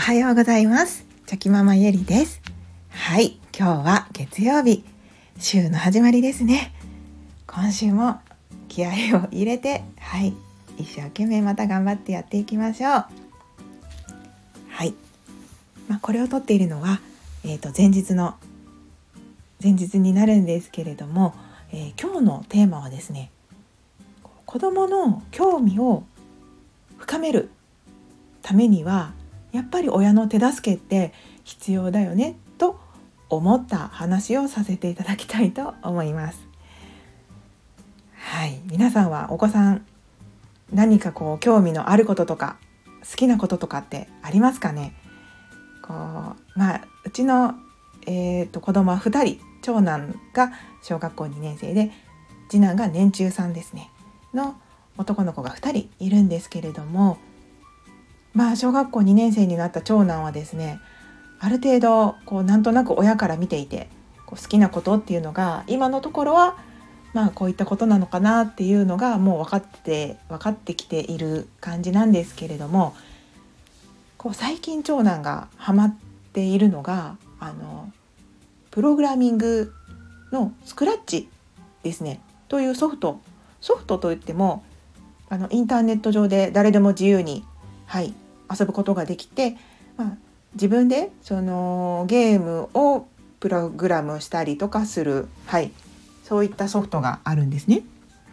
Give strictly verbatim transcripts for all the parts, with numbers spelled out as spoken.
はようございます。チョキママゆりです。はい、今日は月曜日、週の始まりですね。今週も気合を入れて、はい、一生懸命また頑張ってやっていきましょう。はい、まあ、これを撮っているのは、えーと、前日の前日になるんですけれども、えー、今日のテーマはですね、子どもの興味を深めるためにはやっぱり親の手助けって必要だよねと思った話をさせていただきたいと思います。はい、皆さんはお子さん何かこう興味のあることとか好きなこととかってありますかね。こう、まあ、うちの、えーと、子供はふたり、長男が小学校にねん生で次男が年中さんですねの男の子がふたりいるんですけれども、まあ小学校にねん生になった長男はですね、ある程度こうなんとなく親から見ていてこう好きなことっていうのが今のところはまあこういったことなのかなっていうのがもう分かって分かってきている感じなんですけれども、こう最近長男がハマっているのがあのプログラミングのスクラッチですねというソフトソフトといってもあのインターネット上で誰でも自由に、はい、遊ぶことができて、まあ、自分でそのゲームをプログラムしたりとかする、はい、そういったソフトがあるんですね。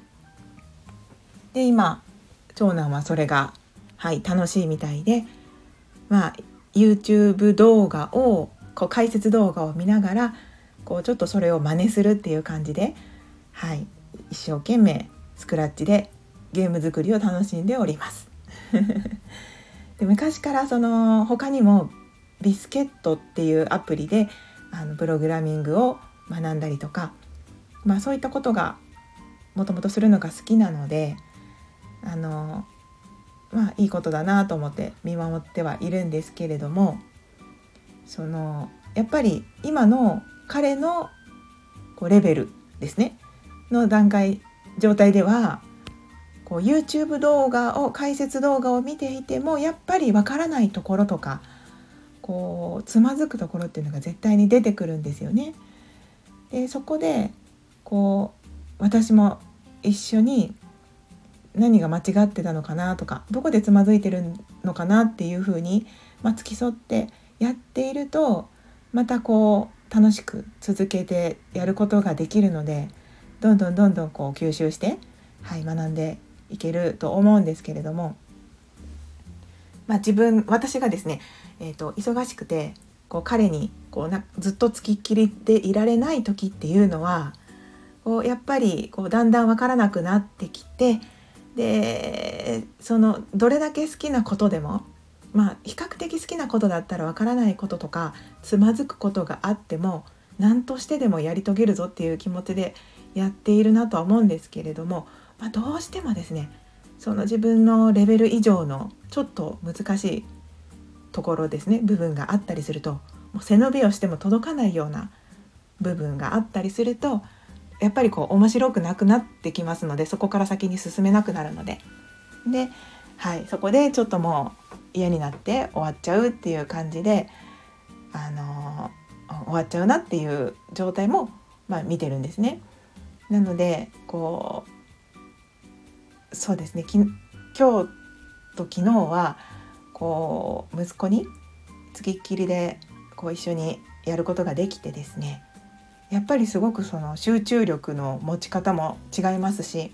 で今長男はそれが、はい、楽しいみたいで、まあ、YouTube 動画をこう解説動画を見ながらこうちょっとそれを真似するっていう感じで、はい、一生懸命スクラッチでゲーム作りを楽しんでおりますで昔からその他にもビスケットっていうアプリであのプログラミングを学んだりとか、まあ、そういったことがもともとするのが好きなので、あのまあいいことだなと思って見守ってはいるんですけれども、そのやっぱり今の彼のこうレベルですねの段階状態ではこう YouTube 動画を解説動画を見ていてもやっぱりわからないところとかこうつまずくところっていうのが絶対に出てくるんですよね。でそこでこう私も一緒に何が間違ってたのかなとかどこでつまずいてるのかなっていうふうに、まあ、付き添ってやっているとまたこう楽しく続けてやることができるのでどんどんどんどんこう吸収して、はい、学んでいけると思うんですけれども、まあ、自分私がですね、えーと、忙しくてこう彼にこうなずっとつきっきりでいられない時っていうのはこうやっぱりこうだんだん分からなくなってきて、でそのどれだけ好きなことでも、まあ、比較的好きなことだったら分からないこととかつまずくことがあっても何としてでもやり遂げるぞっていう気持ちでやっているなとは思うんですけれども、まあ、どうしてもですねその自分のレベル以上のちょっと難しいところですね部分があったりすると、もう背伸びをしても届かないような部分があったりするとやっぱりこう面白くなくなってきますので、そこから先に進めなくなるのでで、はい、そこでちょっともう嫌になって終わっちゃうっていう感じで、あのー、終わっちゃうなっていう状態も、まあ、見てるんですね。なのでこうそうですねき今日と昨日はこう息子につきっきりでこう一緒にやることができてですね、やっぱりすごくその集中力の持ち方も違いますし、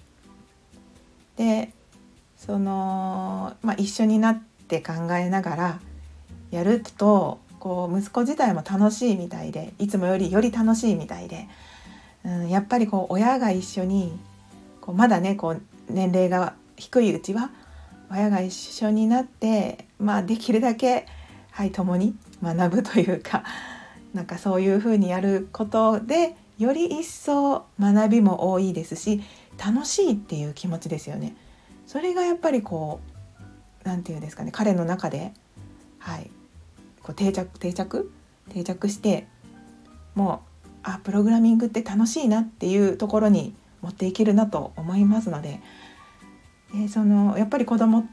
でその、まあ、一緒になって考えながらやるとこう息子自体も楽しいみたいでいつもよりより楽しいみたいで、うん、やっぱりこう親が一緒にこうまだねこう年齢が低いうちは親が一緒になって、まあ、できるだけ、はい、共に学ぶというかなんかそういう風にやることでより一層学びも多いですし楽しいっていう気持ちですよね。それがやっぱりこうなんていうんですかね、彼の中で、はい、こう定着定着定着してもうあプログラミングって楽しいなっていうところに持っていけるなと思いますので、でそのやっぱり子供って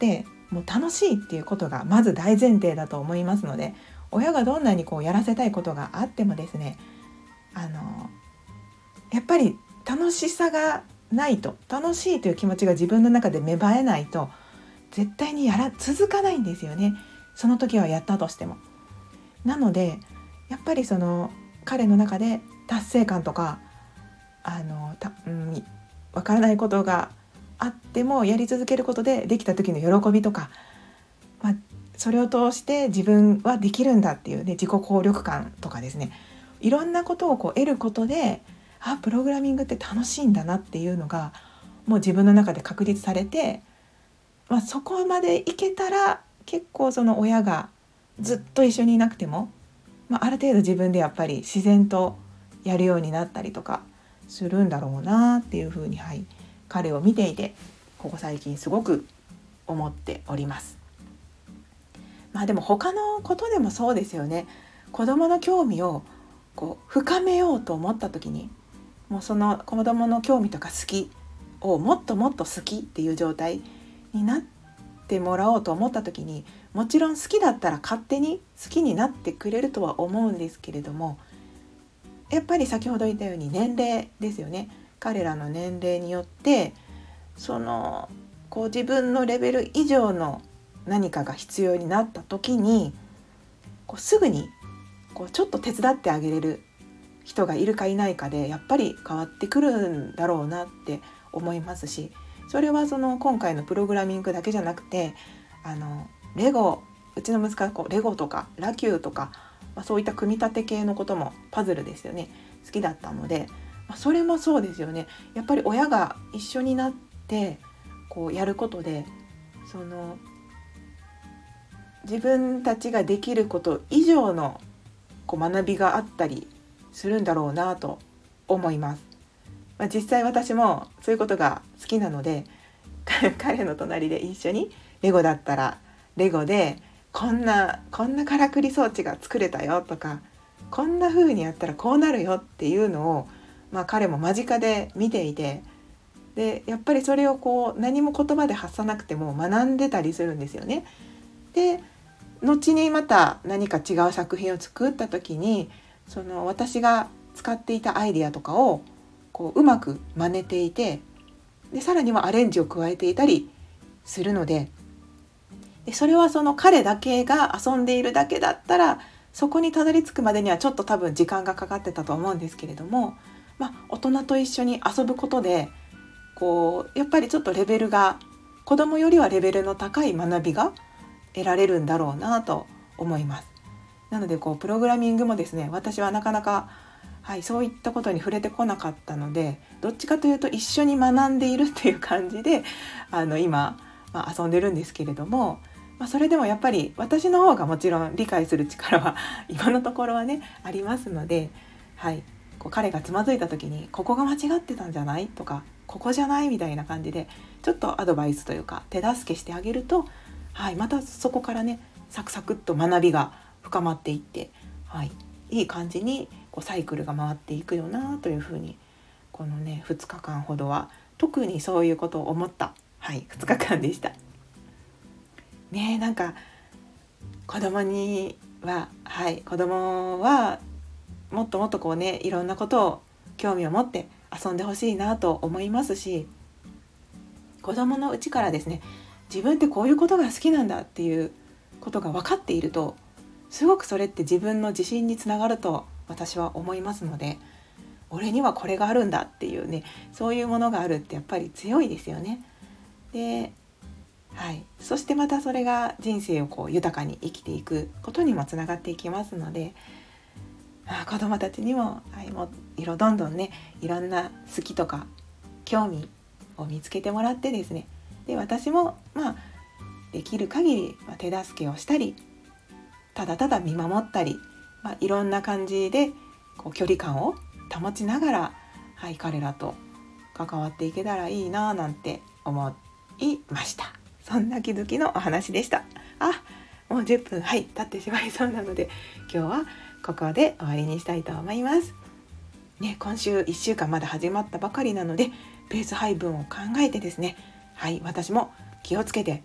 もう楽しいっていうことがまず大前提だと思いますので、親がどんなにこうやらせたいことがあってもですね、あのやっぱり楽しさがないと、楽しいという気持ちが自分の中で芽生えないと絶対にやら続かないんですよね。その時はやったとしても。なのでやっぱりその彼の中で達成感とかあのた、うん、わからないことがあってもやり続けることでできた時の喜びとか、まあ、それを通して自分はできるんだっていう、ね、自己効力感とかですね、いろんなことをこう得ることで、あ、プログラミングって楽しいんだなっていうのがもう自分の中で確立されて、まあ、そこまでいけたら結構その親がずっと一緒にいなくても、まあ、ある程度自分でやっぱり自然とやるようになったりとかするんだろうなっていうふうに、はい、彼を見ていてここ最近すごく思っております。まあでも他のことでもそうですよね。子どもの興味をこう深めようと思った時に、もうその子どもの興味とか好きをもっともっと好きっていう状態になってもらおうと思った時に、もちろん好きだったら勝手に好きになってくれるとは思うんですけれども、やっぱり先ほど言ったように年齢ですよね。彼らの年齢によってそのこう自分のレベル以上の何かが必要になった時に、こうすぐにこうちょっと手伝ってあげれる人がいるかいないかでやっぱり変わってくるんだろうなって思いますし、それはその今回のプログラミングだけじゃなくて、あのレゴ、うちの息子はこうレゴとかラキューとか、まあ、そういった組み立て系のこともパズルですよね、好きだったので、まあ、それもそうですよね。やっぱり親が一緒になってこうやることで、その自分たちができること以上のこう学びがあったりするんだろうなと思います。まあ、実際私もそういうことが好きなので彼の隣で一緒にレゴだったらレゴでこんなこんなからくり装置が作れたよとか、こんな風にやったらこうなるよっていうのを、まあ、彼も間近で見ていて、でやっぱりそれをこう何も言葉で発さなくても学んでたりするんですよね。で後にまた何か違う作品を作った時に、その私が使っていたアイデアとかをこううまく真似ていて、でさらにはアレンジを加えていたりするので、でそれはその彼だけが遊んでいるだけだったらそこにたどり着くまでにはちょっと多分時間がかかってたと思うんですけれども、まあ、大人と一緒に遊ぶことでこうやっぱりちょっとレベルが子供よりはレベルの高い学びが得られるんだろうなと思います。なのでこうプログラミングもですね、私はなかなか、はい、そういったことに触れてこなかったので、どっちかというと一緒に学んでいるっていう感じであの今、まあ、遊んでるんですけれども、まあ、それでもやっぱり私の方がもちろん理解する力は今のところはねありますので、はい、こう彼がつまずいた時にここが間違ってたんじゃないとか、ここじゃないみたいな感じでちょっとアドバイスというか手助けしてあげると、はい、またそこからねサクサクっと学びが深まっていって、はい、いい感じにこうサイクルが回っていくよなというふうに、このねふつかかんほどは特にそういうことを思った、はい、ふつかかんでしたね。なんか子供には、はい、子供はもっともっとこうねいろんなことを興味を持って遊んでほしいなと思いますし、子供のうちからですね、自分ってこういうことが好きなんだっていうことが分かっていると、すごくそれって自分の自信につながると私は思いますので、俺にはこれがあるんだっていうね、そういうものがあるってやっぱり強いですよね。で、はい、そしてまたそれが人生をこう豊かに生きていくことにもつながっていきますので、あ子どもたちにも、はい、もう色どんどんねいろんな好きとか興味を見つけてもらってですね、で私もまあできる限り手助けをしたり、ただただ見守ったり、まあ、いろんな感じでこう距離感を保ちながら、はい、彼らと関わっていけたらいいななんて思いました。そんな気づきのお話でした。あ、もうじゅっぷん、はい、経ってしまいそうなので今日はここで終わりにしたいと思います、ね、今週いっしゅうかんまだ始まったばかりなのでペース配分を考えてですね、はい、私も気をつけて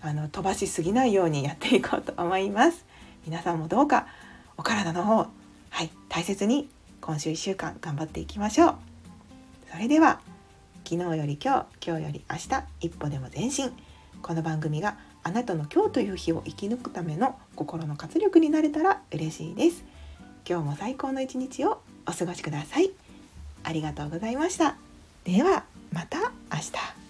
あの飛ばしすぎないようにやっていこうと思います。皆さんもどうかお体の方、はい、大切に今週いっしゅうかん頑張っていきましょう。それでは昨日より今日、今日より明日、一歩でも前進。この番組があなたの今日という日を生き抜くための心の活力になれたら嬉しいです。今日も最高の一日をお過ごしください。ありがとうございました。ではまた明日。